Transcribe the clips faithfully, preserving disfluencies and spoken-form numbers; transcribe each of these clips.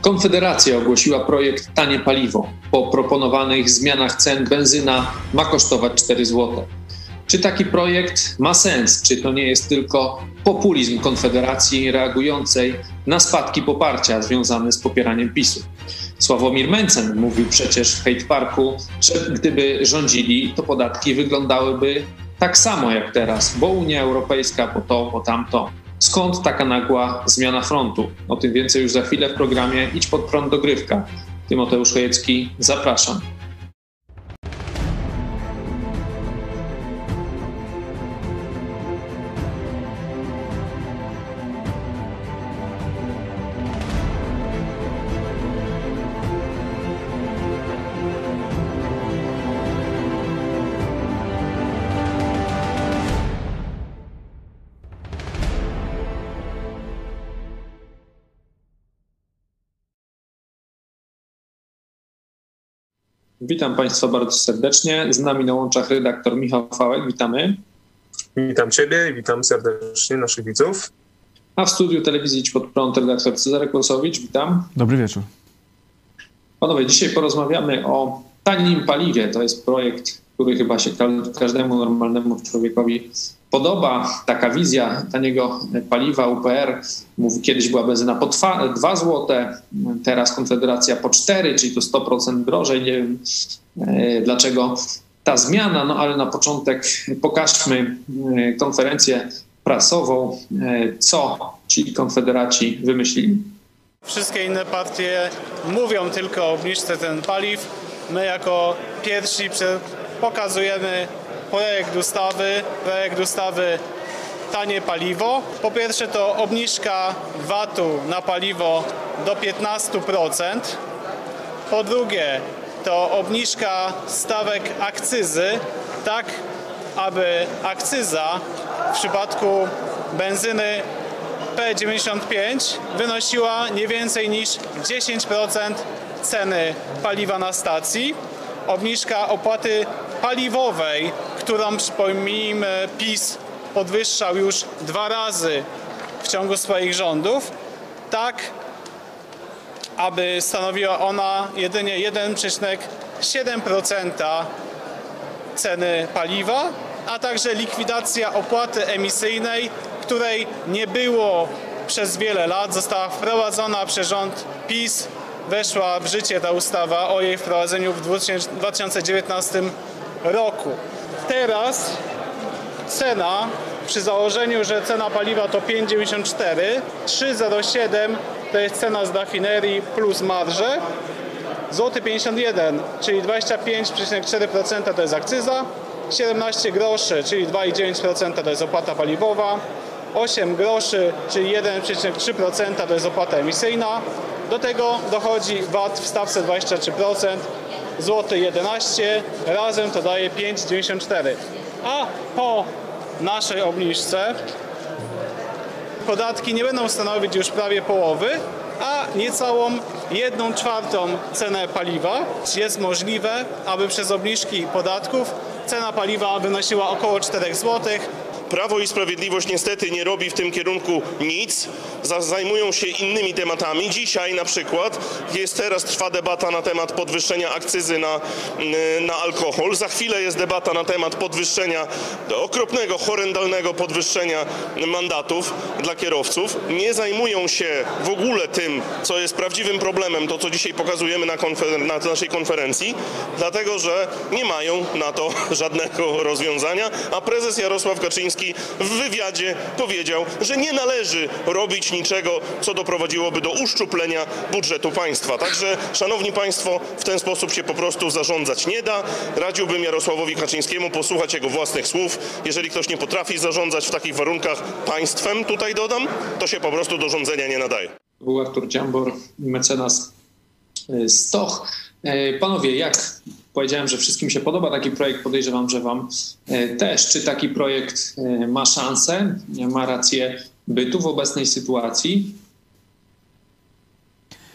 Konfederacja ogłosiła projekt Tanie Paliwo. Po proponowanych zmianach cen benzyna ma kosztować cztery złote. Czy taki projekt ma sens? Czy to nie jest tylko populizm Konfederacji reagującej na spadki poparcia związane z popieraniem PiSu? Sławomir Mencen mówił przecież w Hate Parku, że gdyby rządzili, to podatki wyglądałyby tak samo jak teraz, bo Unia Europejska, po to, po tamto. Skąd taka nagła zmiana frontu? O tym więcej już za chwilę w programie Idź pod prąd dogrywka. Tymoteusz Chojecki, zapraszam. Witam Państwa bardzo serdecznie. Z nami na łączach redaktor Michał Fałek. Witamy. Witam Ciebie i witam serdecznie naszych widzów. A w studiu telewizji Idź pod prąd redaktor Cezary Kłosowicz. Witam. Dobry wieczór. Panowie, dzisiaj porozmawiamy o tanim paliwie. To jest projekt, który chyba się każdemu normalnemu człowiekowi podoba. Taka wizja taniego paliwa. U P R mówi, kiedyś była benzyna po dwa złote, teraz Konfederacja po cztery, czyli to sto procent drożej. Nie wiem dlaczego ta zmiana, no ale na początek pokażmy konferencję prasową, co ci konfederaci wymyślili. Wszystkie inne partie mówią tylko o obniżce cen paliw. My jako pierwsi pokazujemy projekt ustawy, projekt ustawy Tanie Paliwo. Po pierwsze to obniżka vatu na paliwo do piętnaście procent. Po drugie to obniżka stawek akcyzy, tak aby akcyza w przypadku benzyny P dziewięćdziesiąt pięć wynosiła nie więcej niż dziesięć procent ceny paliwa na stacji. Obniżka opłaty paliwowej, którą, przypomnijmy, PiS podwyższał już dwa razy w ciągu swoich rządów, tak aby stanowiła ona jedynie jeden przecinek siedem procent ceny paliwa, a także likwidacja opłaty emisyjnej, której nie było przez wiele lat, została wprowadzona przez rząd PiS. Weszła w życie ta ustawa o jej wprowadzeniu w dwa tysiące dziewiętnastym roku. Teraz cena, przy założeniu, że cena paliwa to pięć dziewięćdziesiąt cztery, trzy zero siedem to jest cena z rafinerii plus marże, złoty pięćdziesiąt jeden, czyli dwadzieścia pięć przecinek cztery procent to jest akcyza, siedemnaście groszy, czyli dwa przecinek dziewięć procent to jest opłata paliwowa, osiem groszy, czyli jeden przecinek trzy procent to jest opłata emisyjna. Do tego dochodzi VAT w stawce dwadzieścia trzy procent, złoty jedenaście, razem to daje pięć przecinek dziewięćdziesiąt cztery. A po naszej obniżce podatki nie będą stanowić już prawie połowy, a niecałą jedną czwartą cenę paliwa. Jest możliwe, aby przez obniżki podatków cena paliwa wynosiła około cztery złote. Prawo i Sprawiedliwość niestety nie robi w tym kierunku nic, zajmują się innymi tematami. Dzisiaj na przykład jest teraz trwa debata na temat podwyższenia akcyzy na, na alkohol. Za chwilę jest debata na temat podwyższenia, okropnego, horrendalnego podwyższenia mandatów dla kierowców. Nie zajmują się w ogóle tym, co jest prawdziwym problemem, to co dzisiaj pokazujemy na, konfer- na naszej konferencji, dlatego że nie mają na to żadnego rozwiązania, a prezes Jarosław Kaczyński w wywiadzie powiedział, że nie należy robić niczego, co doprowadziłoby do uszczuplenia budżetu państwa. Także, szanowni państwo, w ten sposób się po prostu zarządzać nie da. Radziłbym Jarosławowi Kaczyńskiemu posłuchać jego własnych słów. Jeżeli ktoś nie potrafi zarządzać w takich warunkach państwem, tutaj dodam, to się po prostu do rządzenia nie nadaje. Był Artur Dziambor, mecenas Stoch. Panowie, jak powiedziałem, że wszystkim się podoba taki projekt, podejrzewam, że wam też. Czy taki projekt ma szansę, ma rację bytu w obecnej sytuacji?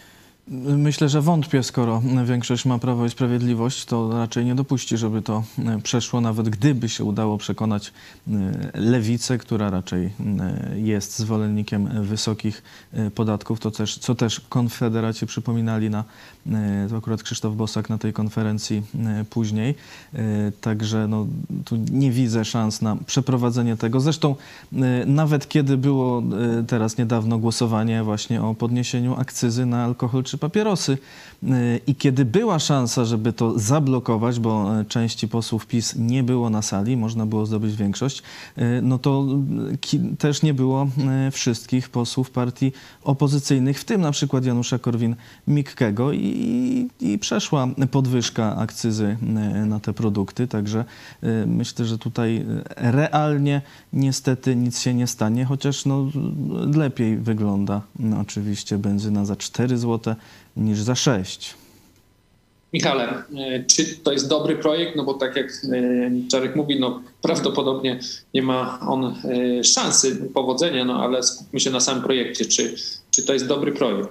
Myślę, że wątpię, skoro większość ma Prawo i Sprawiedliwość, to raczej nie dopuści, żeby to przeszło, nawet gdyby się udało przekonać Lewicę, która raczej jest zwolennikiem wysokich podatków, to też, co też konfederaci przypominali na, to akurat Krzysztof Bosak na tej konferencji później. Także no, tu nie widzę szans na przeprowadzenie tego. Zresztą nawet kiedy było teraz niedawno głosowanie właśnie o podniesieniu akcyzy na alkohol czy papierosy i kiedy była szansa, żeby to zablokować, bo części posłów PiS nie było na sali, można było zdobyć większość, no to też nie było wszystkich posłów partii opozycyjnych, w tym na przykład Janusza Korwin-Mikkego i, i przeszła podwyżka akcyzy na te produkty, także myślę, że tutaj realnie niestety nic się nie stanie, chociaż no, lepiej wygląda no, oczywiście benzyna za cztery złote niż za sześć. Michale, czy to jest dobry projekt? No bo tak jak Czarek mówi, no prawdopodobnie nie ma on szansy powodzenia, no ale skupmy się na samym projekcie. Czy, czy to jest dobry projekt?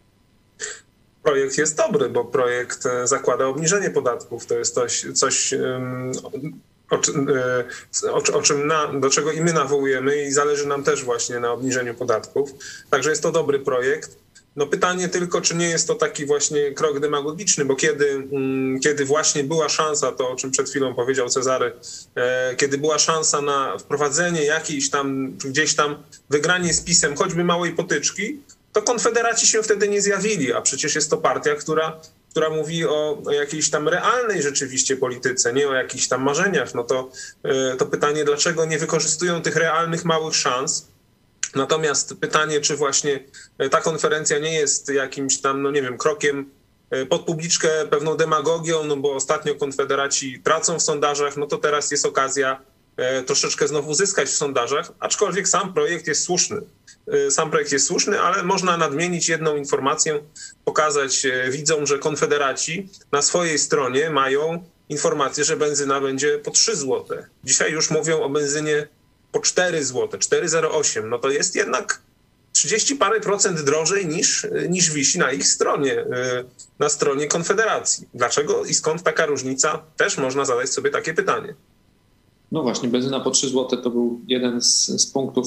Projekt jest dobry, bo projekt zakłada obniżenie podatków. To jest coś, coś o, o, o czym na, do czego i my nawołujemy i zależy nam też właśnie na obniżeniu podatków. Także jest to dobry projekt. No pytanie tylko, czy nie jest to taki właśnie krok demagogiczny, bo kiedy, kiedy właśnie była szansa, to o czym przed chwilą powiedział Cezary, kiedy była szansa na wprowadzenie jakiejś tam, gdzieś tam wygranie z PiS-em, choćby małej potyczki, to konfederaci się wtedy nie zjawili, a przecież jest to partia, która, która mówi o, o jakiejś tam realnej rzeczywiście polityce, nie o jakichś tam marzeniach. No to, to pytanie, dlaczego nie wykorzystują tych realnych małych szans? Natomiast pytanie, czy właśnie ta konferencja nie jest jakimś tam, no nie wiem, krokiem pod publiczkę, pewną demagogią, no bo ostatnio konfederaci tracą w sondażach, no to teraz jest okazja troszeczkę znowu zyskać w sondażach, aczkolwiek sam projekt jest słuszny. Sam projekt jest słuszny, ale można nadmienić jedną informację, pokazać widzom, że konfederaci na swojej stronie mają informację, że benzyna będzie po trzy złote. Dzisiaj już mówią o benzynie po cztery złote, cztery zero osiem, no to jest jednak trzydzieści parę procent drożej niż, niż wisi na ich stronie, na stronie Konfederacji. Dlaczego i skąd taka różnica? Też można zadać sobie takie pytanie. No właśnie, benzyna po trzy złote to był jeden z, z punktów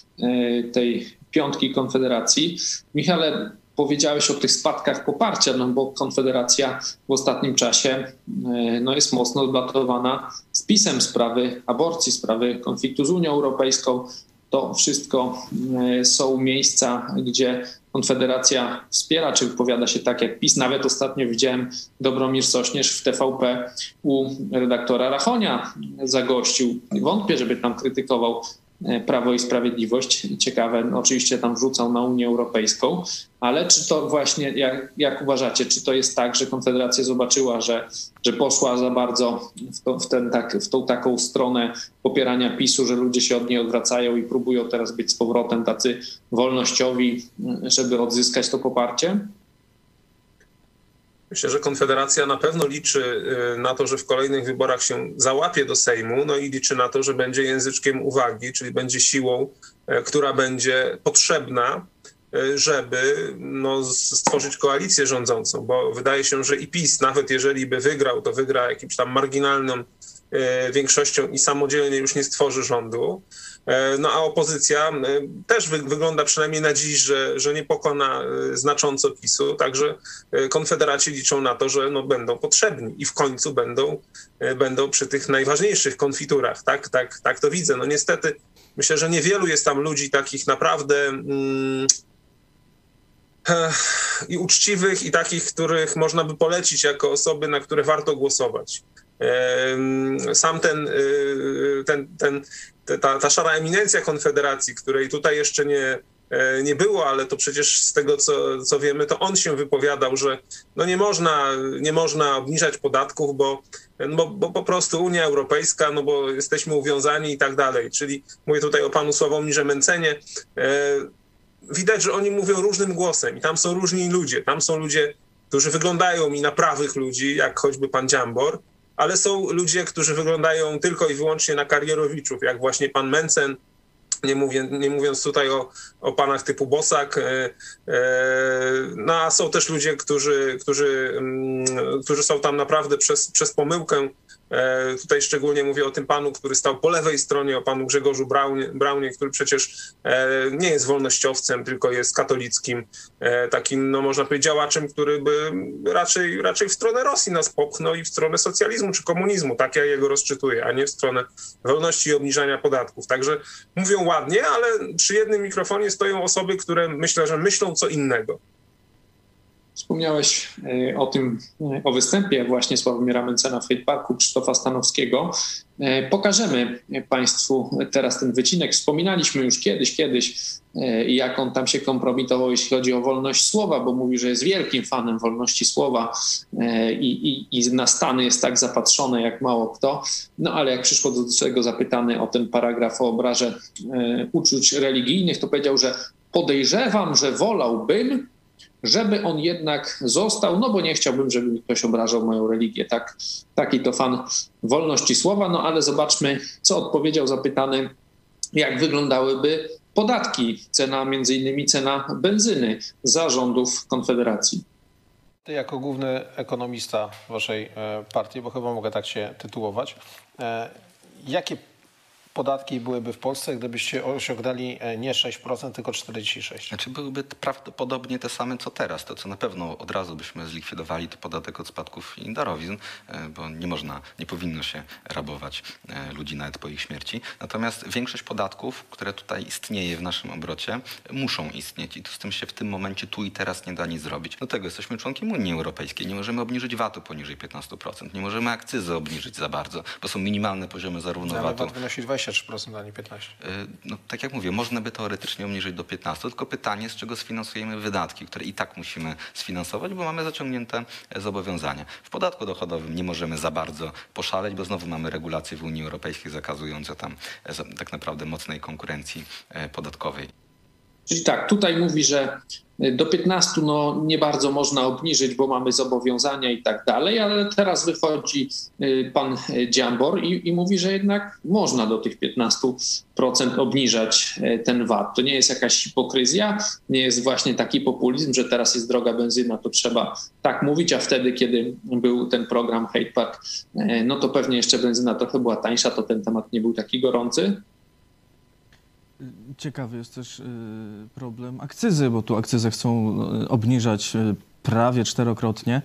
tej piątki Konfederacji. Michale, powiedziałeś o tych spadkach poparcia, no bo Konfederacja w ostatnim czasie no jest mocno odblokowana z PiS-em, sprawy aborcji, sprawy konfliktu z Unią Europejską. To wszystko są miejsca, gdzie Konfederacja wspiera, czy wypowiada się tak jak PiS. Nawet ostatnio widziałem, Dobromir Sośnierz w T V P u redaktora Rachonia zagościł. Wątpię, żeby tam krytykował Prawo i Sprawiedliwość. Ciekawe, no oczywiście tam wrzucał na Unię Europejską, ale czy to właśnie, jak, jak uważacie, czy to jest tak, że Konfederacja zobaczyła, że, że poszła za bardzo w, to, w, ten, tak, w tą taką stronę popierania PiS-u, że ludzie się od niej odwracają i próbują teraz być z powrotem tacy wolnościowi, żeby odzyskać to poparcie? Myślę, że Konfederacja na pewno liczy na to, że w kolejnych wyborach się załapie do Sejmu, no i liczy na to, że będzie języczkiem uwagi, czyli będzie siłą, która będzie potrzebna, żeby no, stworzyć koalicję rządzącą, bo wydaje się, że i PiS, nawet jeżeli by wygrał, to wygra jakimś tam marginalną większością i samodzielnie już nie stworzy rządu. No a opozycja też wy, wygląda przynajmniej na dziś, że, że nie pokona znacząco PiS-u, także konfederaci liczą na to, że no będą potrzebni i w końcu będą, będą przy tych najważniejszych konfiturach. Tak, tak, tak to widzę. No niestety myślę, że niewielu jest tam ludzi takich naprawdę mm, i uczciwych i takich, których można by polecić jako osoby, na które warto głosować. Sam ten, ten, ten, ta, ta szara eminencja Konfederacji, której tutaj jeszcze nie, nie było, ale to przecież z tego, co, co wiemy, to on się wypowiadał, że no nie można, nie można obniżać podatków, bo, bo, bo po prostu Unia Europejska, no bo jesteśmy uwiązani i tak dalej. Czyli mówię tutaj o panu Sławomirze Mencenie. Widać, że oni mówią różnym głosem i tam są różni ludzie. Tam są ludzie, którzy wyglądają mi na prawych ludzi, jak choćby pan Dziambor, ale są ludzie, którzy wyglądają tylko i wyłącznie na karierowiczów, jak właśnie pan Mencen, Nie, mówię, nie mówiąc tutaj o, o panach typu Bosak, e, e, no a są też ludzie, którzy, którzy, m, którzy są tam naprawdę przez, przez pomyłkę. E, tutaj szczególnie mówię o tym panu, który stał po lewej stronie, o panu Grzegorzu Braunie, Braunie który przecież e, nie jest wolnościowcem, tylko jest katolickim, e, takim, no można powiedzieć, działaczem, który by raczej, raczej w stronę Rosji nas popchnął i w stronę socjalizmu czy komunizmu, tak ja jego rozczytuję, a nie w stronę wolności i obniżania podatków. Także mówią ładnie, ale przy jednym mikrofonie stoją osoby, które myślę, że myślą co innego. Wspomniałeś o tym, o występie właśnie Sławomira Mentzena w Hate Parku Krzysztofa Stanowskiego. Pokażemy Państwu teraz ten wycinek. Wspominaliśmy już kiedyś, kiedyś, jak on tam się kompromitował, jeśli chodzi o wolność słowa, bo mówi, że jest wielkim fanem wolności słowa i, i, i na Stany jest tak zapatrzony jak mało kto. No ale jak przyszło do tego zapytany o ten paragraf o obraże uczuć religijnych, to powiedział, że podejrzewam, że wolałbym, żeby on jednak został, no bo nie chciałbym, żeby mi ktoś obrażał moją religię. Tak, taki to fan wolności słowa. No ale zobaczmy, co odpowiedział zapytany, jak wyglądałyby podatki, cena, między innymi cena benzyny za rządów Konfederacji. Ty jako główny ekonomista waszej partii, bo chyba mogę tak się tytułować, jakie podatki byłyby w Polsce, gdybyście osiągnęli nie sześć procent, tylko czterdzieści sześć procent? Znaczy byłyby prawdopodobnie te same co teraz. To co na pewno od razu byśmy zlikwidowali, to podatek od spadków i darowizn, bo nie można, nie powinno się rabować ludzi nawet po ich śmierci. Natomiast większość podatków, które tutaj istnieje w naszym obrocie, muszą istnieć i z tym się w tym momencie tu i teraz nie da nic zrobić. Do tego jesteśmy członkiem Unii Europejskiej. Nie możemy obniżyć vatu poniżej piętnaście procent. Nie możemy akcyzy obniżyć za bardzo, bo są minimalne poziomy zarówno Ale vatu. VAT wynosi dwadzieścia trzy procent, a nie piętnaście procent. No, tak jak mówię, można by teoretycznie obniżyć do piętnastu, tylko pytanie, z czego sfinansujemy wydatki, które i tak musimy sfinansować, bo mamy zaciągnięte zobowiązania. W podatku dochodowym nie możemy za bardzo poszaleć, bo znowu mamy regulacje w Unii Europejskiej zakazujące tam tak naprawdę mocnej konkurencji podatkowej. Czyli tak, tutaj mówi, że do piętnastu no, nie bardzo można obniżyć, bo mamy zobowiązania i tak dalej, ale teraz wychodzi pan Dziambor i, i mówi, że jednak można do tych piętnastu procent obniżać ten VAT. To nie jest jakaś hipokryzja, nie jest właśnie taki populizm, że teraz jest droga benzyna, to trzeba tak mówić, a wtedy, kiedy był ten program Hate Park, no to pewnie jeszcze benzyna trochę była tańsza, to ten temat nie był taki gorący. Ciekawy jest też problem akcyzy, bo tu akcyzę chcą obniżać prawie czterokrotnie,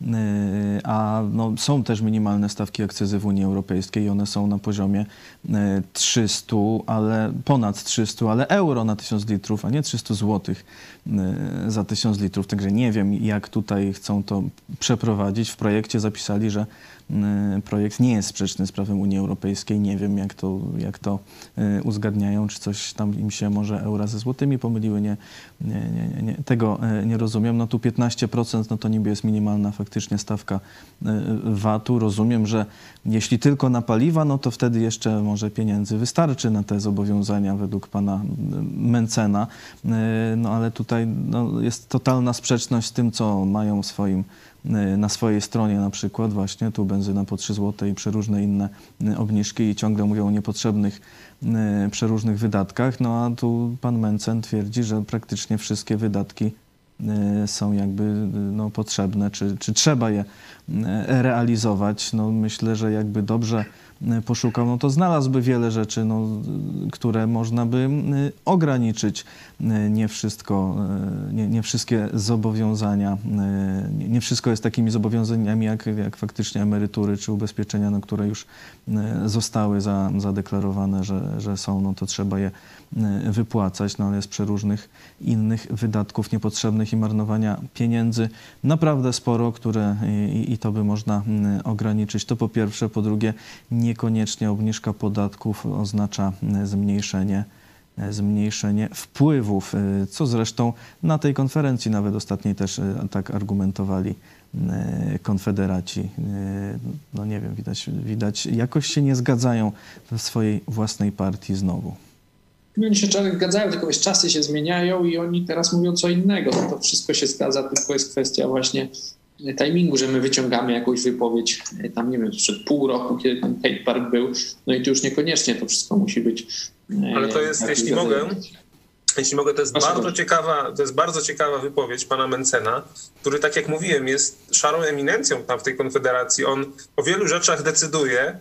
a no, są też minimalne stawki akcyzy w Unii Europejskiej i one są na poziomie trzysta, ale ponad trzysta, ale euro na tysiąc litrów, a nie trzysta złotych za tysiąc litrów. Także nie wiem, jak tutaj chcą to przeprowadzić. W projekcie zapisali, że projekt nie jest sprzeczny z prawem Unii Europejskiej. Nie wiem, jak to, jak to uzgadniają, czy coś tam im się może eura ze złotymi pomyliły. Nie, nie, nie, nie, tego nie rozumiem. No tu piętnaście procent, no to niby jest minimalna faktycznie stawka vatu. Rozumiem, że jeśli tylko na paliwa, no to wtedy jeszcze może pieniędzy wystarczy na te zobowiązania według pana Mentzena. No ale tutaj no, jest totalna sprzeczność z tym, co mają w swoim na swojej stronie na przykład właśnie tu benzyna po trzy złote i przeróżne inne obniżki i ciągle mówią o niepotrzebnych przeróżnych wydatkach, no a tu pan Mentzen twierdzi, że praktycznie wszystkie wydatki są jakby no, potrzebne, czy, czy trzeba je realizować. No, myślę, że jakby dobrze poszukał, no to znalazłby wiele rzeczy, no, które można by ograniczyć. Nie wszystko, nie, nie wszystkie zobowiązania, nie, nie wszystko jest takimi zobowiązaniami jak, jak faktycznie emerytury czy ubezpieczenia, no, które już zostały za, zadeklarowane, że, że są, no to trzeba je wypłacać, no ale jest przeróżnych innych wydatków niepotrzebnych i marnowania pieniędzy naprawdę sporo, które i, i to by można ograniczyć. To po pierwsze. Po drugie, niekoniecznie obniżka podatków oznacza zmniejszenie zmniejszenie wpływów, co zresztą na tej konferencji nawet ostatniej też tak argumentowali konfederaci. No nie wiem, widać, widać jakoś się nie zgadzają w swojej własnej partii znowu. Oni się zgadzają, tylko wiesz, czasy się zmieniają i oni teraz mówią co innego. To wszystko się zgadza, tylko jest kwestia właśnie timingu, że my wyciągamy jakąś wypowiedź tam, nie wiem, przed pół roku, kiedy ten hate park był, no i to już niekoniecznie to wszystko musi być. Ale to jest, jeśli mogę, jeśli mogę, to jest bardzo ciekawa, to jest bardzo ciekawa wypowiedź pana Mentzena, który, tak jak mówiłem, jest szarą eminencją tam w tej konfederacji. On o wielu rzeczach decyduje.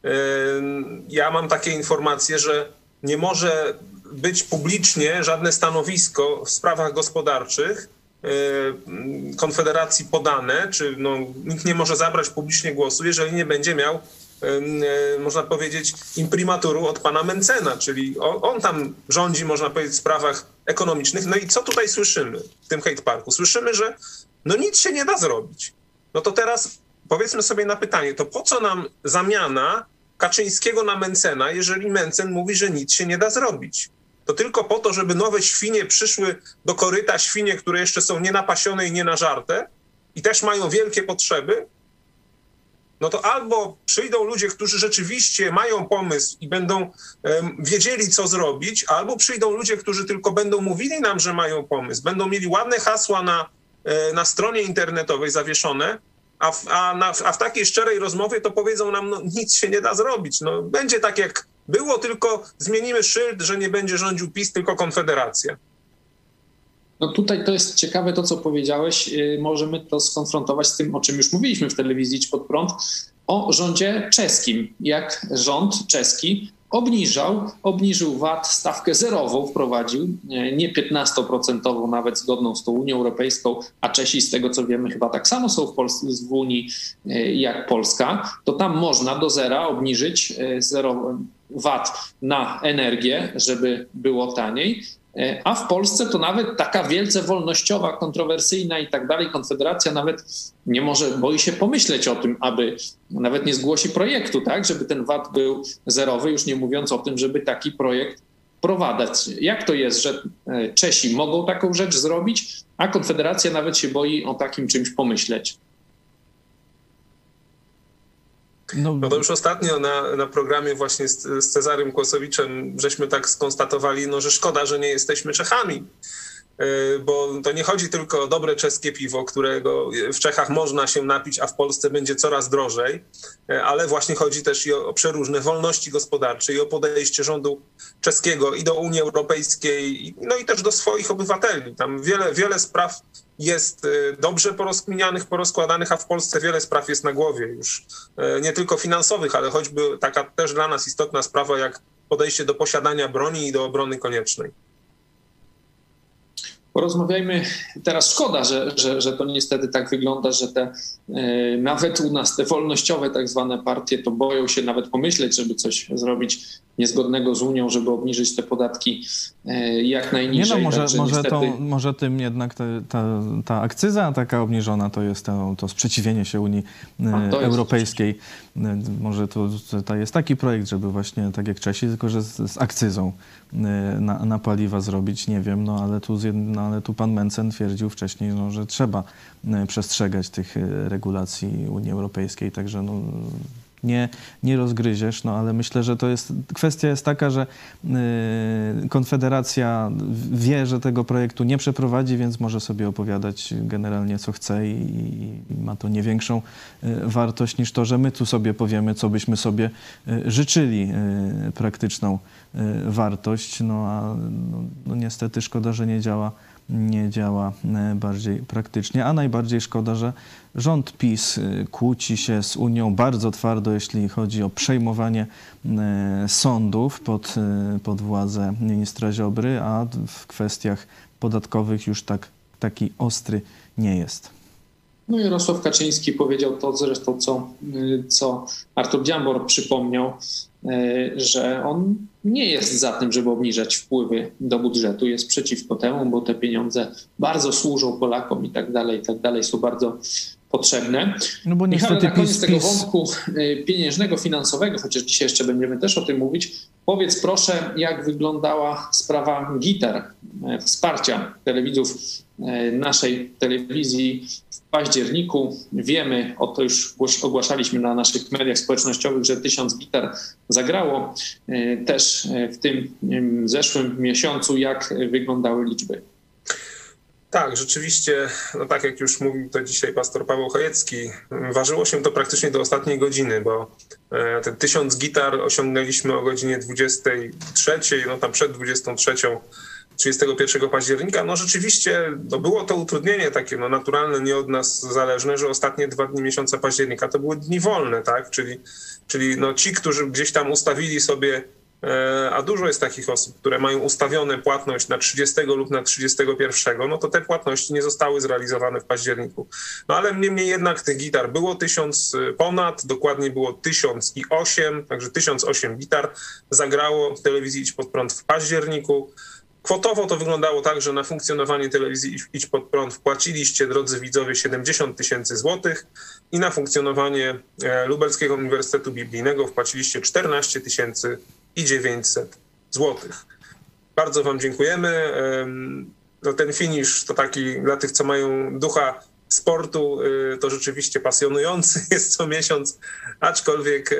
Ja mam takie informacje, że nie może być publicznie żadne stanowisko w sprawach gospodarczych Konfederacji podane, czy no, nikt nie może zabrać publicznie głosu, jeżeli nie będzie miał, można powiedzieć, imprimaturu od pana Mentzena, czyli on, on tam rządzi, można powiedzieć, w sprawach ekonomicznych. No i co tutaj słyszymy w tym hate parku? Słyszymy, że no nic się nie da zrobić. No to teraz powiedzmy sobie na pytanie, to po co nam zamiana Kaczyńskiego na Mentzena, jeżeli Mentzen mówi, że nic się nie da zrobić? To tylko po to, żeby nowe świnie przyszły do koryta, świnie, które jeszcze są nienapasione i nienażarte i też mają wielkie potrzeby? No to albo przyjdą ludzie, którzy rzeczywiście mają pomysł i będą um, wiedzieli, co zrobić, albo przyjdą ludzie, którzy tylko będą mówili nam, że mają pomysł, będą mieli ładne hasła na, na stronie internetowej zawieszone, a w, a, na, a w takiej szczerej rozmowie to powiedzą nam, no nic się nie da zrobić. No, będzie tak, jak było, tylko zmienimy szyld, że nie będzie rządził PiS, tylko Konfederacja. No tutaj to jest ciekawe to, co powiedziałeś. Możemy to skonfrontować z tym, o czym już mówiliśmy w telewizji Idź Pod Prąd, o rządzie czeskim. Jak rząd czeski obniżał, obniżył V A T, stawkę zerową wprowadził, nie piętnastoprocentową, nawet zgodną z tą Unią Europejską, a Czesi, z tego co wiemy, chyba tak samo są w, Polsce, w Unii jak Polska, to tam można do zera obniżyć zero V A T na energię, żeby było taniej. A w Polsce to nawet taka wielce wolnościowa, kontrowersyjna i tak dalej Konfederacja nawet nie może, boi się pomyśleć o tym, aby nawet nie zgłosi projektu, tak, żeby ten V A T był zerowy, już nie mówiąc o tym, żeby taki projekt wprowadzać. Jak to jest, że Czesi mogą taką rzecz zrobić, a Konfederacja nawet się boi o takim czymś pomyśleć? No, no to już ostatnio na, na programie właśnie z, z Cezarym Kłosowiczem żeśmy tak skonstatowali, no, że szkoda, że nie jesteśmy Czechami, bo to nie chodzi tylko o dobre czeskie piwo, którego w Czechach można się napić, a w Polsce będzie coraz drożej, ale właśnie chodzi też i o, o przeróżne wolności gospodarcze i o podejście rządu czeskiego i do Unii Europejskiej, no i też do swoich obywateli. Tam wiele, wiele spraw jest dobrze porozkminianych, porozkładanych, a w Polsce wiele spraw jest na głowie już, nie tylko finansowych, ale choćby taka też dla nas istotna sprawa jak podejście do posiadania broni i do obrony koniecznej. Porozmawiajmy teraz, szkoda, że, że, że to niestety tak wygląda, że te e, nawet u nas te wolnościowe tak zwane partie to boją się nawet pomyśleć, żeby coś zrobić niezgodnego z Unią, żeby obniżyć te podatki e, jak najniżej. Nie no, może, Także może, niestety... to, może tym jednak te, ta, ta akcyza taka obniżona to jest to, to sprzeciwienie się Unii e, to Europejskiej. E, może to, to jest taki projekt, żeby właśnie tak jak Czesi, tylko że z, z akcyzą e, na, na paliwa zrobić, nie wiem, no ale tu, no, ale tu pan Mentzen twierdził wcześniej, no, że trzeba e, przestrzegać tych e, regulacji Unii Europejskiej, także no, nie, nie rozgryziesz, no ale myślę, że to jest, kwestia jest taka, że y, Konfederacja wie, że tego projektu nie przeprowadzi, więc może sobie opowiadać generalnie co chce i, i ma to nie większą y, wartość niż to, że my tu sobie powiemy, co byśmy sobie y, życzyli, y, praktyczną y, wartość, no a no, no niestety szkoda, że nie działa nie działa bardziej praktycznie, a najbardziej szkoda, że rząd PiS kłóci się z Unią bardzo twardo, jeśli chodzi o przejmowanie sądów pod, pod władzę ministra Ziobry, a w kwestiach podatkowych już tak, taki ostry nie jest. No Jarosław Kaczyński powiedział to zresztą, co, co Artur Dziambor przypomniał, że on nie jest za tym, żeby obniżać wpływy do budżetu, jest przeciwko temu, bo te pieniądze bardzo służą Polakom i tak dalej, i tak dalej, są bardzo potrzebne. No bo niestety Michale, na koniec PiS, tego PiS... wątku pieniężnego, finansowego, chociaż dzisiaj jeszcze będziemy też o tym mówić, powiedz proszę, jak wyglądała sprawa gitar, wsparcia telewidzów naszej telewizji w październiku. Wiemy, o to już ogłaszaliśmy na naszych mediach społecznościowych, że tysiąc gitar zagrało. Też w tym zeszłym miesiącu, jak wyglądały liczby? Tak, rzeczywiście, no tak jak już mówił to dzisiaj pastor Paweł Chojecki, ważyło się to praktycznie do ostatniej godziny, bo te tysiąc gitar osiągnęliśmy o godzinie dwudziestej trzeciej, no tam przed dwudziestą trzecią, trzydziestego pierwszego października. No rzeczywiście no było to utrudnienie takie no naturalne, nie od nas zależne, że ostatnie dwa dni miesiąca października to były dni wolne, tak? Czyli, czyli no ci, którzy gdzieś tam ustawili sobie, a dużo jest takich osób, które mają ustawione płatność na trzydziestego lub na trzydziestego pierwszego, no to te płatności nie zostały zrealizowane w październiku. No ale niemniej jednak tych gitar było tysiąc ponad, dokładnie było tysiąc osiem, także tysiąc osiem gitar zagrało w telewizji Idź Pod Prąd w październiku. Kwotowo to wyglądało tak, że na funkcjonowanie telewizji Idź Pod Prąd wpłaciliście, drodzy widzowie, siedemdziesiąt tysięcy złotych i na funkcjonowanie Lubelskiego Uniwersytetu Biblijnego wpłaciliście czternaście tysięcy i dziewięćset złotych. Bardzo wam dziękujemy. No ten finisz to taki dla tych, co mają ducha sportu, to rzeczywiście pasjonujący jest co miesiąc, aczkolwiek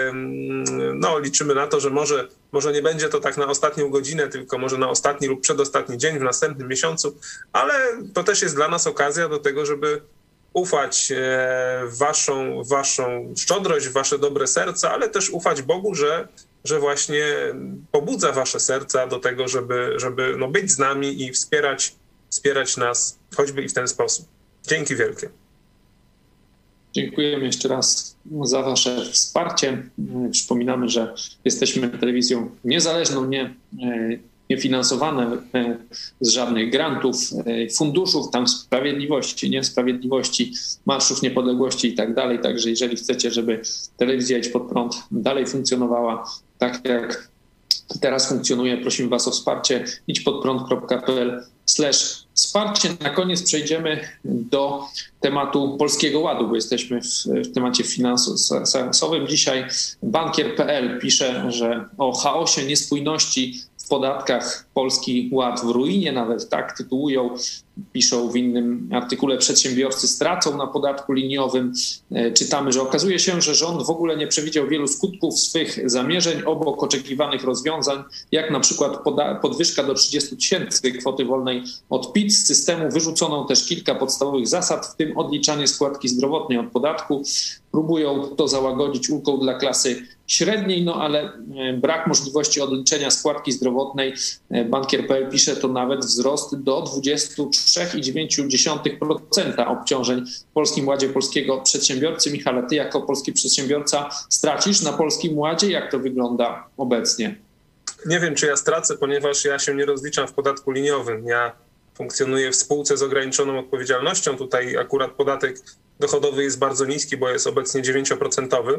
no, liczymy na to, że może, może nie będzie to tak na ostatnią godzinę, tylko może na ostatni lub przedostatni dzień w następnym miesiącu, ale to też jest dla nas okazja do tego, żeby ufać w waszą, waszą szczodrość, w wasze dobre serca, ale też ufać Bogu, że, że właśnie pobudza wasze serca do tego, żeby, żeby no być z nami i wspierać, wspierać nas choćby i w ten sposób. Dzięki wielkie. Dziękujemy jeszcze raz za wasze wsparcie. Przypominamy, że jesteśmy telewizją niezależną, nie, niefinansowane z żadnych grantów, funduszów, tam sprawiedliwości, niesprawiedliwości, marszów niepodległości i tak dalej. Także jeżeli chcecie, żeby telewizja Idź Pod Prąd dalej funkcjonowała tak jak teraz funkcjonuje, prosimy was o wsparcie. idźpodprąd kropka p l slash wsparcie. Na koniec przejdziemy do tematu Polskiego Ładu, bo jesteśmy w, w temacie finansowym. Dzisiaj bankier kropka p l pisze, że o chaosie, niespójności w podatkach Polski Ład w ruinie, nawet tak tytułują. Piszą w innym artykule: przedsiębiorcy stracą na podatku liniowym. Czytamy, że okazuje się, że rząd w ogóle nie przewidział wielu skutków swych zamierzeń obok oczekiwanych rozwiązań, jak na przykład podwyżka do trzydziestu tysięcy kwoty wolnej od P I T. Z systemu wyrzucono też kilka podstawowych zasad, w tym odliczanie składki zdrowotnej od podatku. Próbują to załagodzić ulgą dla klasy średniej, no ale brak możliwości odliczenia składki zdrowotnej. Bankier kropka p l pisze, to nawet wzrost do dwudziestu trzech i dziewięciu dziesiątych procent obciążeń w Polskim Ładzie polskiego przedsiębiorcy. Michale, ty jako polski przedsiębiorca stracisz na Polskim Ładzie? Jak to wygląda obecnie? Nie wiem, czy ja stracę, ponieważ ja się nie rozliczam w podatku liniowym. Ja funkcjonuję w spółce z ograniczoną odpowiedzialnością. Tutaj akurat podatek dochodowy jest bardzo niski, bo jest obecnie dziewięcioprocentowy.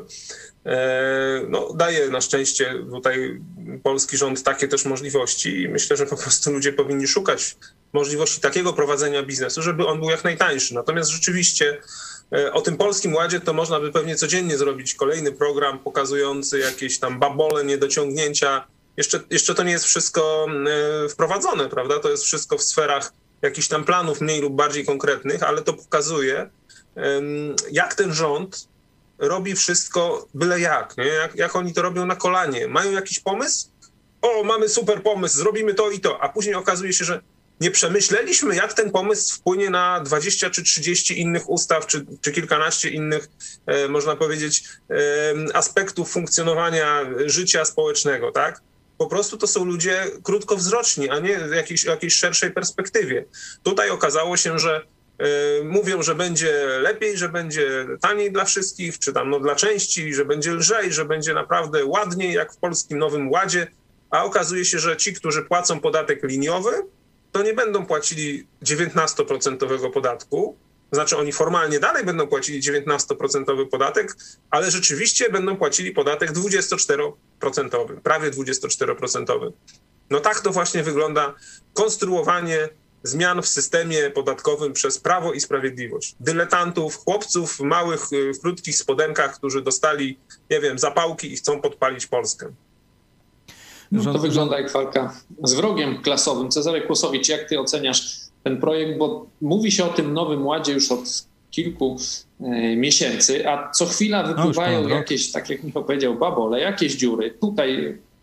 No, daje na szczęście tutaj polski rząd takie też możliwości i myślę, że po prostu ludzie powinni szukać możliwości takiego prowadzenia biznesu, żeby on był jak najtańszy. Natomiast rzeczywiście o tym Polskim Ładzie to można by pewnie codziennie zrobić kolejny program pokazujący jakieś tam babole, niedociągnięcia. Jeszcze, jeszcze to nie jest wszystko wprowadzone, prawda? To jest wszystko w sferach jakichś tam planów mniej lub bardziej konkretnych, ale to pokazuje, jak ten rząd robi wszystko byle jak, nie? Jak, jak oni to robią na kolanie. Mają jakiś pomysł? O, mamy super pomysł, zrobimy to i to, a później okazuje się, że nie przemyśleliśmy, jak ten pomysł wpłynie na dwadzieścia czy trzydzieści innych ustaw, czy, czy kilkanaście innych, e, można powiedzieć, e, aspektów funkcjonowania życia społecznego, tak? Po prostu to są ludzie krótkowzroczni, a nie w jakiejś, jakiejś szerszej perspektywie. Tutaj okazało się, że y, mówią, że będzie lepiej, że będzie taniej dla wszystkich, czy tam no, dla części, że będzie lżej, że będzie naprawdę ładniej, jak w Polskim Nowym Ładzie, a okazuje się, że ci, którzy płacą podatek liniowy, to nie będą płacili dziewiętnastoprocentowego podatku, znaczy oni formalnie dalej będą płacili dziewiętnastoprocentowy podatek, ale rzeczywiście będą płacili podatek dwudziestoczteroprocentowy, prawie dwudziestoczteroprocentowy. No tak to właśnie wygląda konstruowanie zmian w systemie podatkowym przez Prawo i Sprawiedliwość. Dyletantów, chłopców w małych, w krótkich spodenkach, którzy dostali, nie wiem, zapałki i chcą podpalić Polskę. No to wygląda jak walka z wrogiem klasowym. Cezary Kłosowicz, jak ty oceniasz ten projekt, bo mówi się o tym Nowym Ładzie już od kilku e, miesięcy, a co chwila wypływają no jakieś, tak jak Michał powiedział, babole, jakieś dziury. Tutaj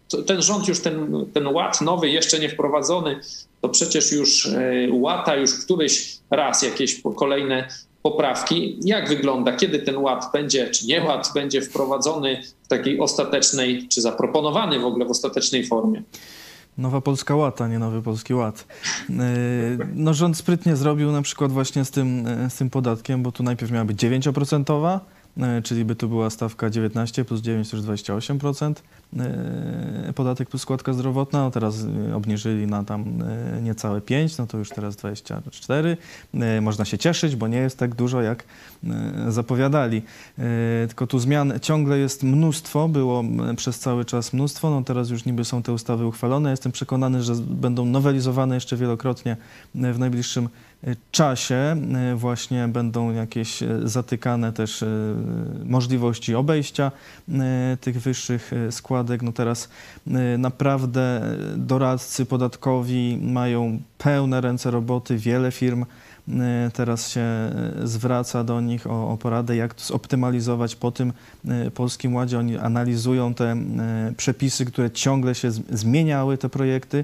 ten rząd już ten, ten ład nowy, jeszcze nie wprowadzony, to przecież już łata już któryś raz jakieś kolejne poprawki. Jak wygląda, kiedy ten ład będzie, czy nie ład będzie wprowadzony w takiej ostatecznej, czy zaproponowany w ogóle w ostatecznej formie? Nowa Polska Ład, a nie Nowy Polski Ład. No rząd sprytnie zrobił na przykład właśnie z tym, z tym podatkiem, bo tu najpierw miała być dziewięć procent, czyli by tu była stawka dziewiętnaście plus dziewięć to już dwadzieścia osiem procent. Podatek plus składka zdrowotna, no teraz obniżyli na tam niecałe pięć, no to już teraz dwadzieścia cztery. Można się cieszyć, bo nie jest tak dużo, jak zapowiadali. Tylko tu zmian ciągle jest mnóstwo, było przez cały czas mnóstwo, no teraz już niby są te ustawy uchwalone. Jestem przekonany, że będą nowelizowane jeszcze wielokrotnie w najbliższym czasie. Właśnie będą jakieś zatykane też możliwości obejścia tych wyższych składek. No teraz naprawdę doradcy podatkowi mają pełne ręce roboty, wiele firm teraz się zwraca do nich o, o poradę, jak to zoptymalizować po tym Polskim Ładzie. Oni analizują te przepisy, które ciągle się zmieniały, te projekty.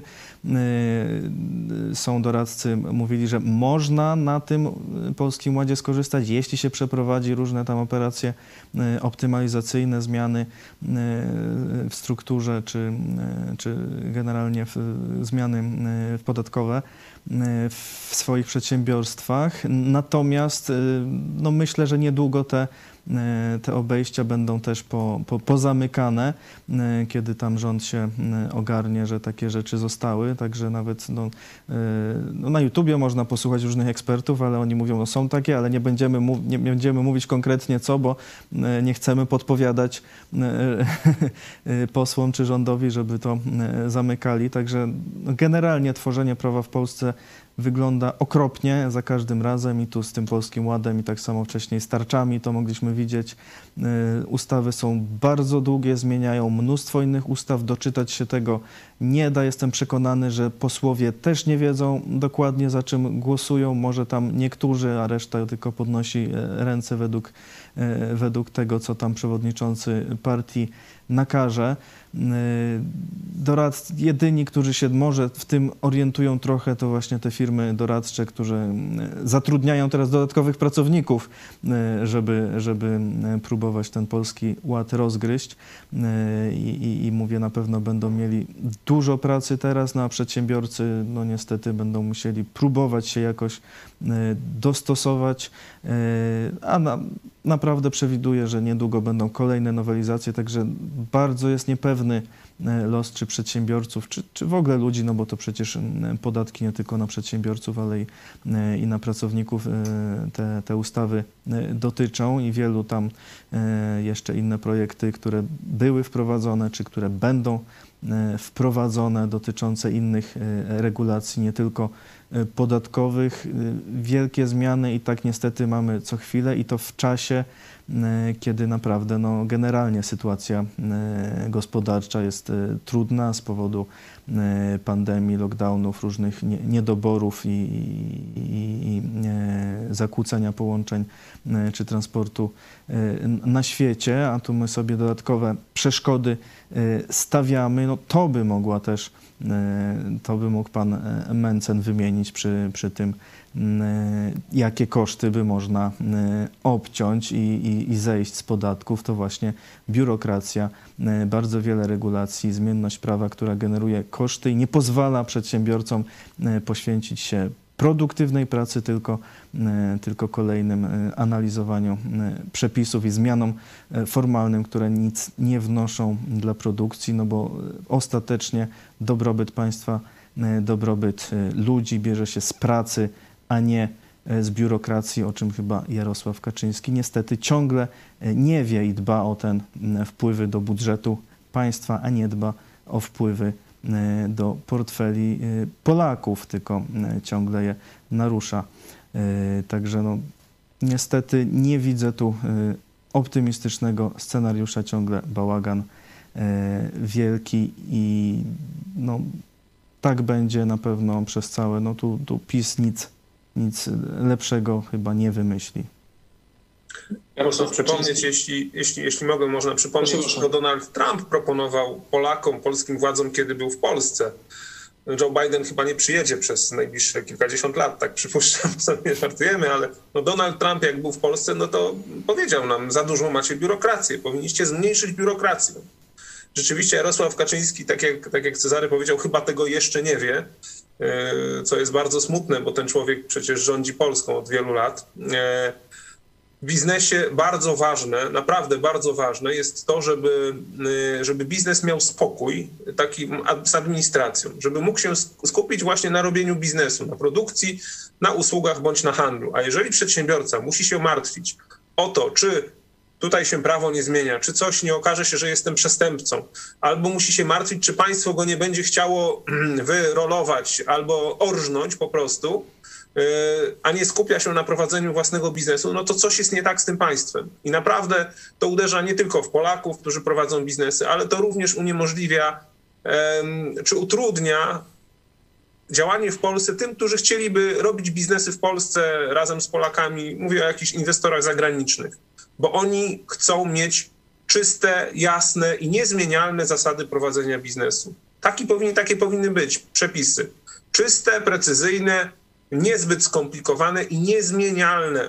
Są doradcy, mówili, że można na tym Polskim Ładzie skorzystać, jeśli się przeprowadzi różne tam operacje optymalizacyjne, zmiany w strukturze, czy, czy generalnie w, zmiany podatkowe w swoich przedsiębiorstwach. Natomiast no myślę, że niedługo te, te obejścia będą też po, po, pozamykane, kiedy tam rząd się ogarnie, że takie rzeczy zostały. Także nawet no, no na YouTubie można posłuchać różnych ekspertów, ale oni mówią, no są takie, ale nie będziemy, mów, nie będziemy mówić konkretnie co, bo nie chcemy podpowiadać posłom czy rządowi, żeby to zamykali. Także generalnie tworzenie prawa w Polsce wygląda okropnie za każdym razem i tu z tym Polskim Ładem i tak samo wcześniej z tarczami to mogliśmy widzieć. Ustawy są bardzo długie, zmieniają mnóstwo innych ustaw, doczytać się tego nie da. Jestem przekonany, że posłowie też nie wiedzą dokładnie, za czym głosują. Może tam niektórzy, a reszta tylko podnosi ręce według, według tego, co tam przewodniczący partii nakaże. Doradcy, jedyni, którzy się może w tym orientują trochę, to właśnie te firmy doradcze, które zatrudniają teraz dodatkowych pracowników, żeby, żeby próbować ten Polski Ład rozgryźć. I, i, i mówię, na pewno będą mieli dużo pracy teraz, no a przedsiębiorcy no niestety będą musieli próbować się jakoś dostosować, a na, naprawdę przewiduję, że niedługo będą kolejne nowelizacje, także bardzo jest niepewny los czy przedsiębiorców, czy, czy w ogóle ludzi, no bo to przecież podatki nie tylko na przedsiębiorców, ale i, i na pracowników te, te ustawy dotyczą i wielu tam jeszcze inne projekty, które były wprowadzone, czy które będą wprowadzone dotyczące innych regulacji, nie tylko podatkowych. Wielkie zmiany i tak niestety mamy co chwilę i to w czasie, kiedy naprawdę no, generalnie sytuacja gospodarcza jest trudna z powodu pandemii, lockdownów, różnych niedoborów i, i, i zakłócenia połączeń czy transportu na świecie, a tu my sobie dodatkowe przeszkody stawiamy. No, to by mogła też, to by mógł pan Mencen wymienić przy, przy tym, jakie koszty by można obciąć i, i, i zejść z podatków, to właśnie biurokracja, bardzo wiele regulacji, zmienność prawa, która generuje koszty i nie pozwala przedsiębiorcom poświęcić się produktywnej pracy, tylko, tylko kolejnym analizowaniu przepisów i zmianom formalnym, które nic nie wnoszą dla produkcji, no bo ostatecznie dobrobyt państwa, dobrobyt ludzi bierze się z pracy, a nie z biurokracji, o czym chyba Jarosław Kaczyński niestety ciągle nie wie i dba o te wpływy do budżetu państwa, a nie dba o wpływy do portfeli Polaków, tylko ciągle je narusza. Także no, niestety nie widzę tu optymistycznego scenariusza, ciągle bałagan wielki i no, tak będzie na pewno przez całe, no tu, tu PiS nic, nic lepszego chyba nie wymyśli. Proszę przypomnieć, jeśli, jeśli, jeśli mogę, można przypomnieć, Proszę, proszę. co Donald Trump proponował Polakom, polskim władzom, kiedy był w Polsce. Joe Biden chyba nie przyjedzie przez najbliższe kilkadziesiąt lat, tak przypuszczam, sobie żartujemy, ale no Donald Trump jak był w Polsce, no to powiedział nam, za dużą macie biurokrację, powinniście zmniejszyć biurokrację. Rzeczywiście Jarosław Kaczyński, tak jak, tak jak Cezary powiedział, chyba tego jeszcze nie wie, co jest bardzo smutne, bo ten człowiek przecież rządzi Polską od wielu lat. W biznesie bardzo ważne, naprawdę bardzo ważne jest to, żeby, żeby biznes miał spokój taki z administracją, żeby mógł się skupić właśnie na robieniu biznesu, na produkcji, na usługach bądź na handlu. A jeżeli przedsiębiorca musi się martwić o to, czy tutaj się prawo nie zmienia, czy coś nie okaże się, że jestem przestępcą, albo musi się martwić, czy państwo go nie będzie chciało wyrolować albo orżnąć po prostu, a nie skupia się na prowadzeniu własnego biznesu, no to coś jest nie tak z tym państwem. I naprawdę to uderza nie tylko w Polaków, którzy prowadzą biznesy, ale to również uniemożliwia czy utrudnia działanie w Polsce tym, którzy chcieliby robić biznesy w Polsce razem z Polakami. Mówię o jakichś inwestorach zagranicznych, bo oni chcą mieć czyste, jasne i niezmienialne zasady prowadzenia biznesu. Taki powinni, takie powinny być przepisy. Czyste, precyzyjne, niezbyt skomplikowane i niezmienialne.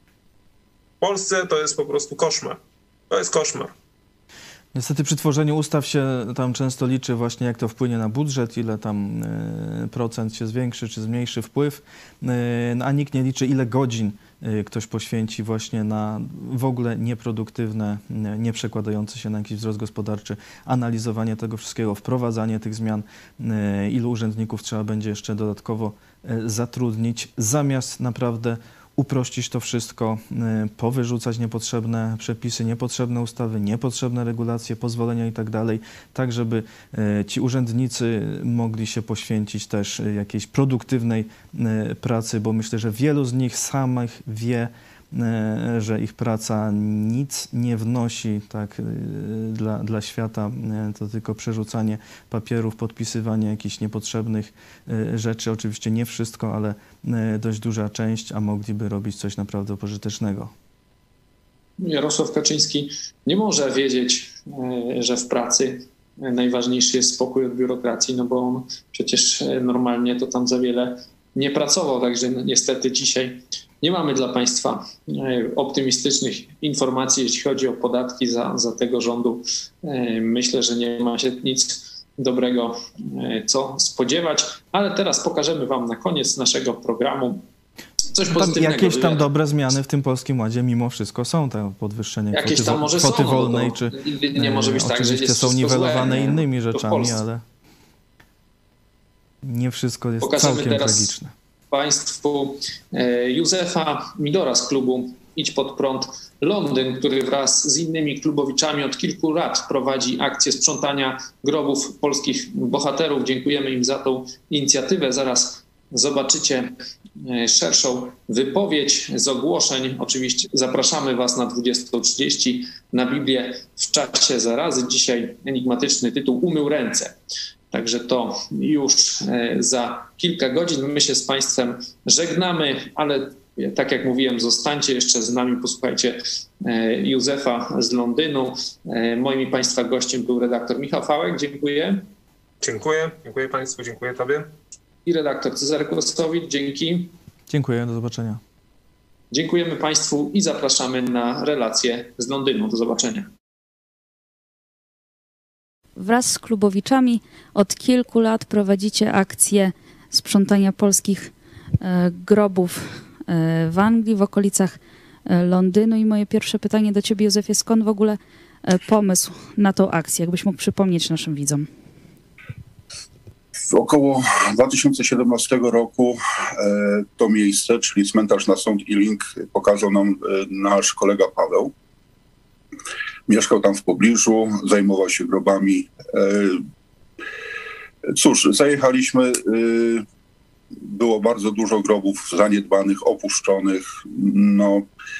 W Polsce to jest po prostu koszmar. To jest koszmar. Niestety przy tworzeniu ustaw się tam często liczy właśnie, jak to wpłynie na budżet, ile tam y, procent się zwiększy czy zmniejszy wpływ, y, a nikt nie liczy, ile godzin y, ktoś poświęci właśnie na w ogóle nieproduktywne, y, nie przekładające się na jakiś wzrost gospodarczy, analizowanie tego wszystkiego, wprowadzanie tych zmian, y, ilu urzędników trzeba będzie jeszcze dodatkowo y, zatrudnić, zamiast naprawdę uprościć to wszystko, powyrzucać niepotrzebne przepisy, niepotrzebne ustawy, niepotrzebne regulacje, pozwolenia i tak dalej, tak żeby ci urzędnicy mogli się poświęcić też jakiejś produktywnej pracy, bo myślę, że wielu z nich samych wie, że ich praca nic nie wnosi tak, dla, dla świata, to tylko przerzucanie papierów, podpisywanie jakichś niepotrzebnych rzeczy. Oczywiście nie wszystko, ale dość duża część, a mogliby robić coś naprawdę pożytecznego. Jarosław Kaczyński nie może wiedzieć, że w pracy najważniejszy jest spokój od biurokracji, no bo on przecież normalnie to tam za wiele nie pracował, także niestety dzisiaj nie mamy dla państwa optymistycznych informacji, jeśli chodzi o podatki za, za tego rządu. Myślę, że nie ma się nic dobrego co spodziewać, ale teraz pokażemy wam na koniec naszego programu coś pozytywnego. Jakieś tam dobre zmiany w tym Polskim Ładzie mimo wszystko są, to podwyższenie Jakieś kwoty, tam może kwoty są, wolnej, to, czy nie może być tak, że jest są niwelowane złe, innymi rzeczami, ale nie wszystko jest Pokażemy całkiem teraz tragiczne. Państwu Józefa Midora z klubu Idź Pod Prąd Londyn, który wraz z innymi klubowiczami od kilku lat prowadzi akcję sprzątania grobów polskich bohaterów. Dziękujemy im za tą inicjatywę. Zaraz zobaczycie szerszą wypowiedź z ogłoszeń. Oczywiście zapraszamy Was na dwudziestą trzydzieści na Biblię w czasie zarazy. Dzisiaj enigmatyczny tytuł Umył ręce. Także to już za kilka godzin. My się z Państwem żegnamy, ale tak jak mówiłem, zostańcie jeszcze z nami, posłuchajcie Józefa z Londynu. Moim i Państwa gościem był redaktor Michał Fałek. Dziękuję. Dziękuję. Dziękuję Państwu, dziękuję Tobie. I redaktor Cezary Kłosowicz. Dzięki. Dziękuję, do zobaczenia. Dziękujemy Państwu i zapraszamy na relacje z Londynu. Do zobaczenia. Wraz z klubowiczami od kilku lat prowadzicie akcję sprzątania polskich e, grobów e, w Anglii, w okolicach e, Londynu. I moje pierwsze pytanie do Ciebie, Józefie, skąd w ogóle e, pomysł na tą akcję? Jakbyś mógł przypomnieć naszym widzom. W około dwa tysiące siedemnastego roku e, to miejsce, czyli cmentarz na Stone Ealing, pokazał nam e, nasz kolega Paweł. Mieszkał tam w pobliżu, zajmował się grobami. Cóż, zajechaliśmy, było bardzo dużo grobów zaniedbanych, opuszczonych. No,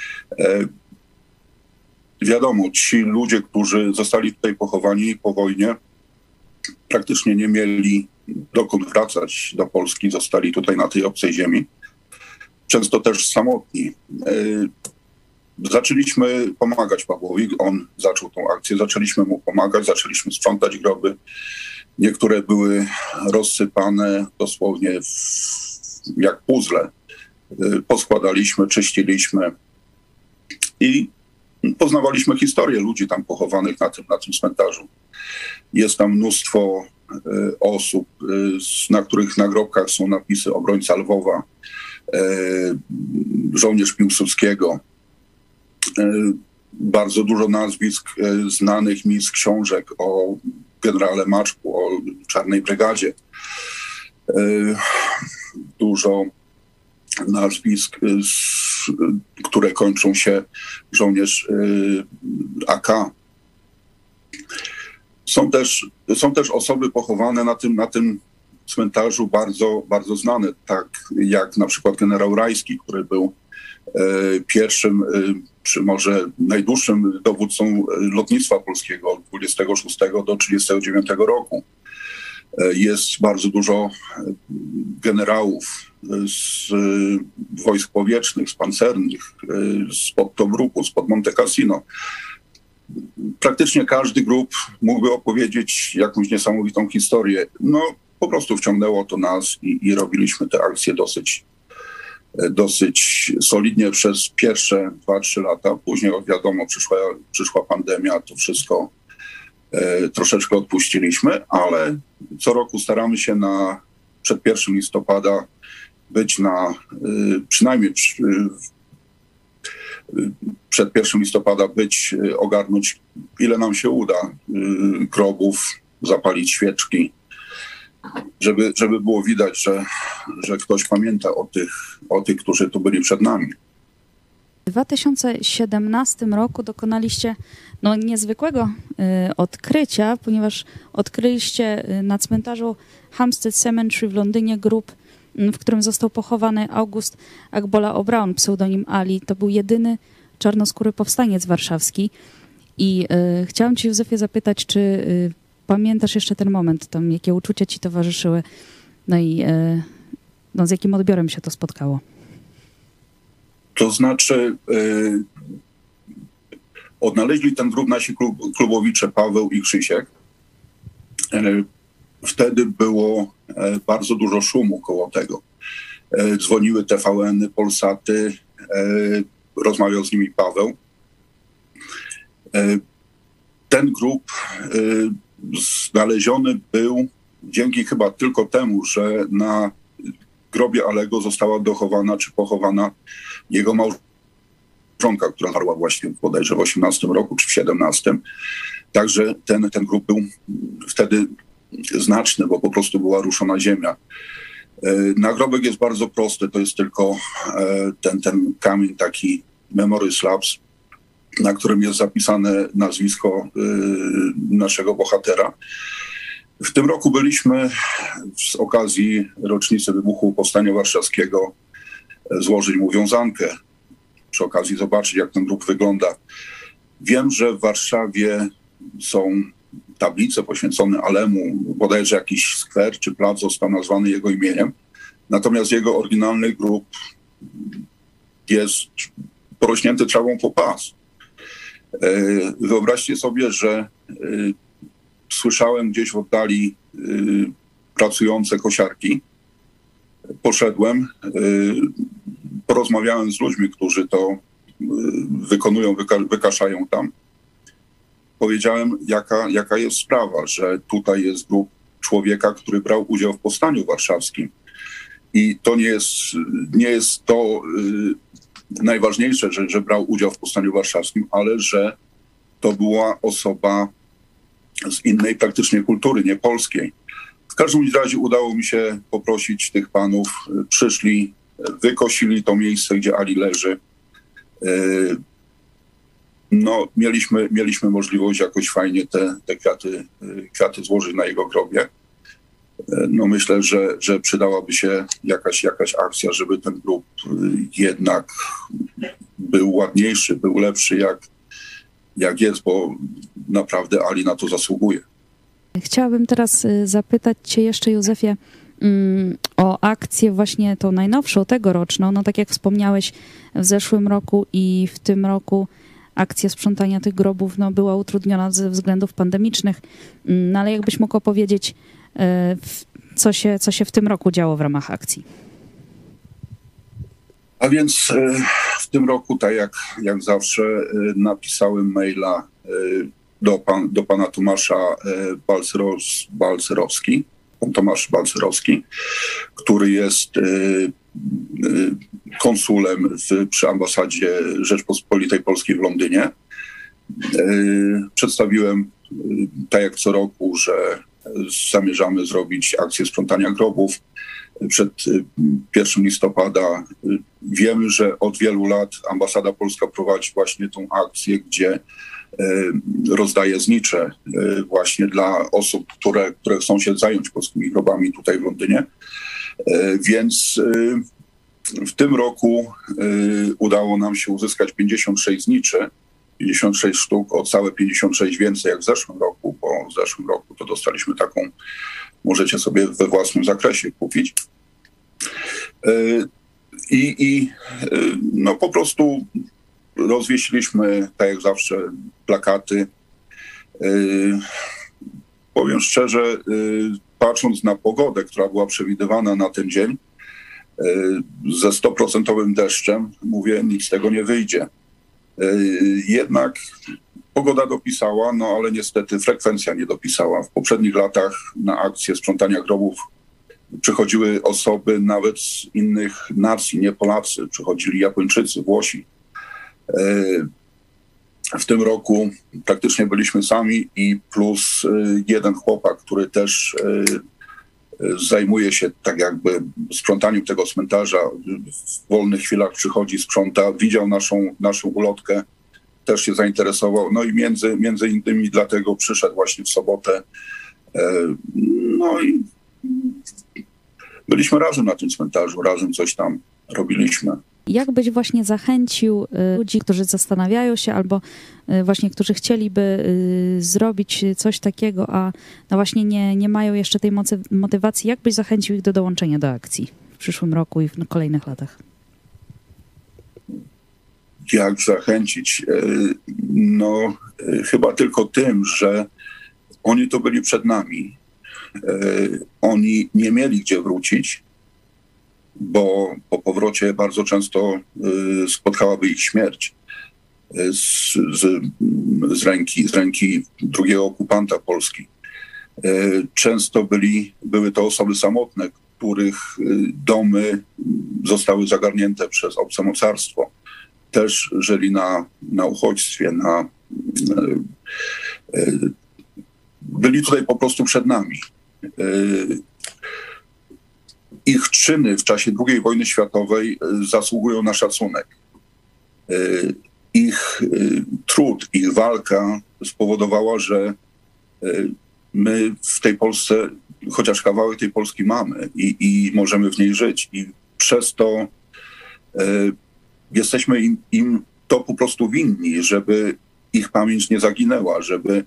wiadomo, ci ludzie, którzy zostali tutaj pochowani po wojnie, praktycznie nie mieli dokąd wracać do Polski, zostali tutaj na tej obcej ziemi. Często też samotni. Zaczęliśmy pomagać Pawłowi, on zaczął tą akcję, zaczęliśmy mu pomagać, zaczęliśmy sprzątać groby. Niektóre były rozsypane dosłownie w, jak puzzle. Poskładaliśmy, czyściliśmy i poznawaliśmy historię ludzi tam pochowanych na tym, na tym cmentarzu. Jest tam mnóstwo y, osób, y, na których nagrobkach są napisy obrońca Lwowa, y, żołnierz Piłsudskiego. Y, bardzo dużo nazwisk y, znanych mi z książek o generale Maczku, o Czarnej Brygadzie. Y, dużo nazwisk, y, z, y, które kończą się żołnierz y, A K. Są też, są też osoby pochowane na tym, na tym cmentarzu bardzo, bardzo znane, tak jak na przykład generał Rajski, który był e, pierwszym, e, czy może najdłuższym dowódcą lotnictwa polskiego od dwudziestego szóstego do trzydziestego dziewiątego roku. E, jest bardzo dużo generałów z e, wojsk powietrznych, z pancernych, e, spod Tobruku, spod Monte Cassino. Praktycznie każdy grup mógłby opowiedzieć jakąś niesamowitą historię. No po prostu wciągnęło to nas i, i robiliśmy te akcje dosyć, dosyć solidnie przez pierwsze dwa trzy lata. Później, wiadomo, przyszła, przyszła pandemia, to wszystko e, troszeczkę odpuściliśmy, ale co roku staramy się na przed pierwszym listopada być na e, przynajmniej przy, przed pierwszym listopada być, ogarnąć ile nam się uda grobów, zapalić świeczki, żeby, żeby było widać, że, że ktoś pamięta o tych, o tych, którzy tu byli przed nami. W dwa tysiące siedemnastym roku dokonaliście no, niezwykłego y, odkrycia, ponieważ odkryliście na cmentarzu Hampstead Cemetery w Londynie grób, w którym został pochowany August Agbola O'Brown, pseudonim Ali. To był jedyny czarnoskóry powstaniec warszawski. I y, chciałam cię, Józefie, zapytać, czy y, pamiętasz jeszcze ten moment, tam, jakie uczucia ci towarzyszyły, no i y, no, z jakim odbiorem się to spotkało? To znaczy, y, odnaleźli ten grób nasi klub, klubowicze Paweł i Krzysiek. Y, wtedy było y, bardzo dużo szumu koło tego. Y, dzwoniły T V N-y, Polsaty, y, rozmawiał z nimi Paweł. Y, ten grób y, znaleziony był dzięki chyba tylko temu, że na grobie Alego została dochowana czy pochowana jego małżonka, która zmarła właśnie bodajże w osiemnastym roku czy w siedemnastym. Także ten, ten grób był wtedy znaczny, bo po prostu była ruszona ziemia. Nagrobek jest bardzo prosty, to jest tylko ten, ten kamień taki memory slabs, na którym jest zapisane nazwisko naszego bohatera. W tym roku byliśmy z okazji rocznicy wybuchu Powstania Warszawskiego złożyć mu wiązankę, przy okazji zobaczyć, jak ten grób wygląda. Wiem, że w Warszawie są tablice poświęcone Alemu, bodajże jakiś skwer czy plac został nazwany jego imieniem, natomiast jego oryginalny grób jest porośnięty trawą po pas. Wyobraźcie sobie, że słyszałem gdzieś w oddali y, pracujące kosiarki. Poszedłem, y, porozmawiałem z ludźmi, którzy to y, wykonują, wyka- wykaszają tam. Powiedziałem, jaka, jaka jest sprawa, że tutaj jest grób człowieka, który brał udział w powstaniu warszawskim. I to nie jest, nie jest to y, najważniejsze, że, że brał udział w powstaniu warszawskim, ale że to była osoba z innej praktycznie kultury, nie polskiej. W każdym razie udało mi się poprosić tych panów, przyszli, wykosili to miejsce, gdzie Ali leży. No, mieliśmy, mieliśmy możliwość jakoś fajnie te, te kwiaty, kwiaty złożyć na jego grobie. No myślę, że, że przydałaby się jakaś, jakaś akcja, żeby ten grób jednak był ładniejszy, był lepszy, jak jak jest, bo naprawdę Ali na to zasługuje. Chciałabym teraz zapytać cię jeszcze, Józefie, o akcję właśnie tą najnowszą, tegoroczną. No tak jak wspomniałeś, w zeszłym roku i w tym roku akcja sprzątania tych grobów no, była utrudniona ze względów pandemicznych. No ale jakbyś mógł opowiedzieć, co się, co się w tym roku działo w ramach akcji? A więc w tym roku, tak jak, jak zawsze, napisałem maila do, pan, do pana Tomasza Balceros, Balcerowski, pan Tomasz Balcerowski, który jest konsulem w, przy ambasadzie Rzeczpospolitej Polskiej w Londynie. Przedstawiłem, tak jak co roku, że zamierzamy zrobić akcję sprzątania grobów przed pierwszym listopada. Wiemy, że od wielu lat ambasada polska prowadzi właśnie tą akcję, gdzie rozdaje znicze właśnie dla osób, które, które chcą się zająć polskimi grobami tutaj w Londynie. Więc w tym roku udało nam się uzyskać pięćdziesiąt sześć zniczy, pięćdziesiąt sześć sztuk, o całe pięćdziesiąt sześć więcej jak w zeszłym roku, bo w zeszłym roku to dostaliśmy taką, możecie sobie we własnym zakresie kupić. I, i no po prostu rozwiesiliśmy, tak jak zawsze, plakaty. Powiem szczerze, patrząc na pogodę, która była przewidywana na ten dzień, ze stoprocentowym deszczem, mówię, nic z tego nie wyjdzie. Jednak pogoda dopisała, no ale niestety frekwencja nie dopisała. W poprzednich latach na akcję sprzątania grobów przychodziły osoby nawet z innych nacji, nie Polacy. Przychodzili Japończycy, Włosi. W tym roku praktycznie byliśmy sami i plus jeden chłopak, który też zajmuje się tak jakby sprzątaniem tego cmentarza. W wolnych chwilach przychodzi, sprząta, widział naszą, naszą ulotkę, też się zainteresował. No i między, między innymi dlatego przyszedł właśnie w sobotę. No i byliśmy razem na tym cmentarzu, razem coś tam robiliśmy. Jak byś właśnie zachęcił ludzi, którzy zastanawiają się albo właśnie, którzy chcieliby zrobić coś takiego, a no właśnie nie, nie mają jeszcze tej mocy, motywacji, jak byś zachęcił ich do dołączenia do akcji w przyszłym roku i w kolejnych latach? Jak zachęcić? No chyba tylko tym, że oni to byli przed nami. Oni nie mieli gdzie wrócić, bo po powrocie bardzo często y, spotkałaby ich śmierć z, z, z, ręki, z ręki drugiego okupanta Polski. Y, często byli, były to osoby samotne, których y, domy zostały zagarnięte przez obce mocarstwo. Też żyli na, na uchodźstwie, na, y, y, byli tutaj po prostu przed nami. Y, Ich czyny w czasie drugiej wojny światowej zasługują na szacunek. Ich trud, ich walka spowodowała, że my w tej Polsce, chociaż kawałek tej Polski mamy i, i możemy w niej żyć. I przez to jesteśmy im, im to po prostu winni, żeby ich pamięć nie zaginęła, żeby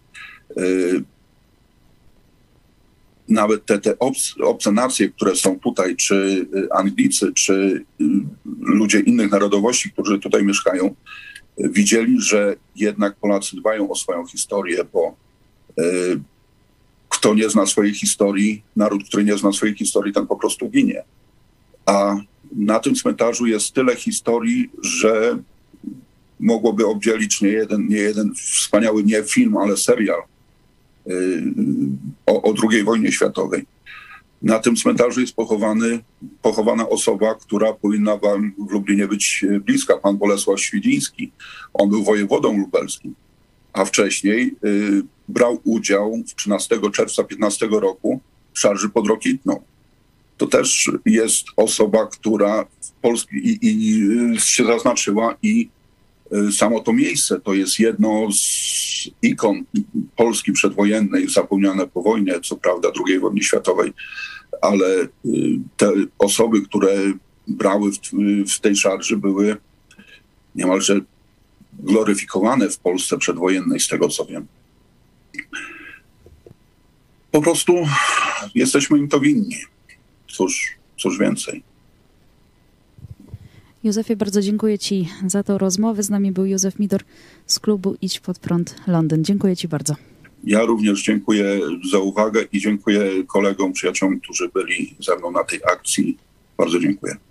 nawet te, te obce, obce nacje, które są tutaj, czy Anglicy, czy ludzie innych narodowości, którzy tutaj mieszkają, widzieli, że jednak Polacy dbają o swoją historię, bo y, kto nie zna swojej historii, naród, który nie zna swojej historii, ten po prostu ginie. A na tym cmentarzu jest tyle historii, że mogłoby obdzielić nie jeden, nie jeden wspaniały, nie film, ale serial O, o drugiej wojnie światowej. Na tym cmentarzu jest pochowany, pochowana osoba, która powinna wam w Lublinie być bliska, pan Bolesław Świdziński. On był wojewodą lubelskim, a wcześniej y, brał udział w trzynastego czerwca piętnastego roku w szarży pod Rokitną. To też jest osoba, która w Polsce i, i się zaznaczyła i samo to miejsce to jest jedno z ikon Polski przedwojennej, zapomniane po wojnie, co prawda drugiej wojny światowej, ale te osoby, które brały w, w tej szarży, były niemalże gloryfikowane w Polsce przedwojennej, z tego co wiem. Po prostu jesteśmy im to winni. cóż, cóż więcej. Józefie, bardzo dziękuję Ci za tę rozmowę. Z nami był Józef Midor z klubu Idź Pod Prąd Londyn. Dziękuję Ci bardzo. Ja również dziękuję za uwagę i dziękuję kolegom, przyjaciołom, którzy byli ze mną na tej akcji. Bardzo dziękuję.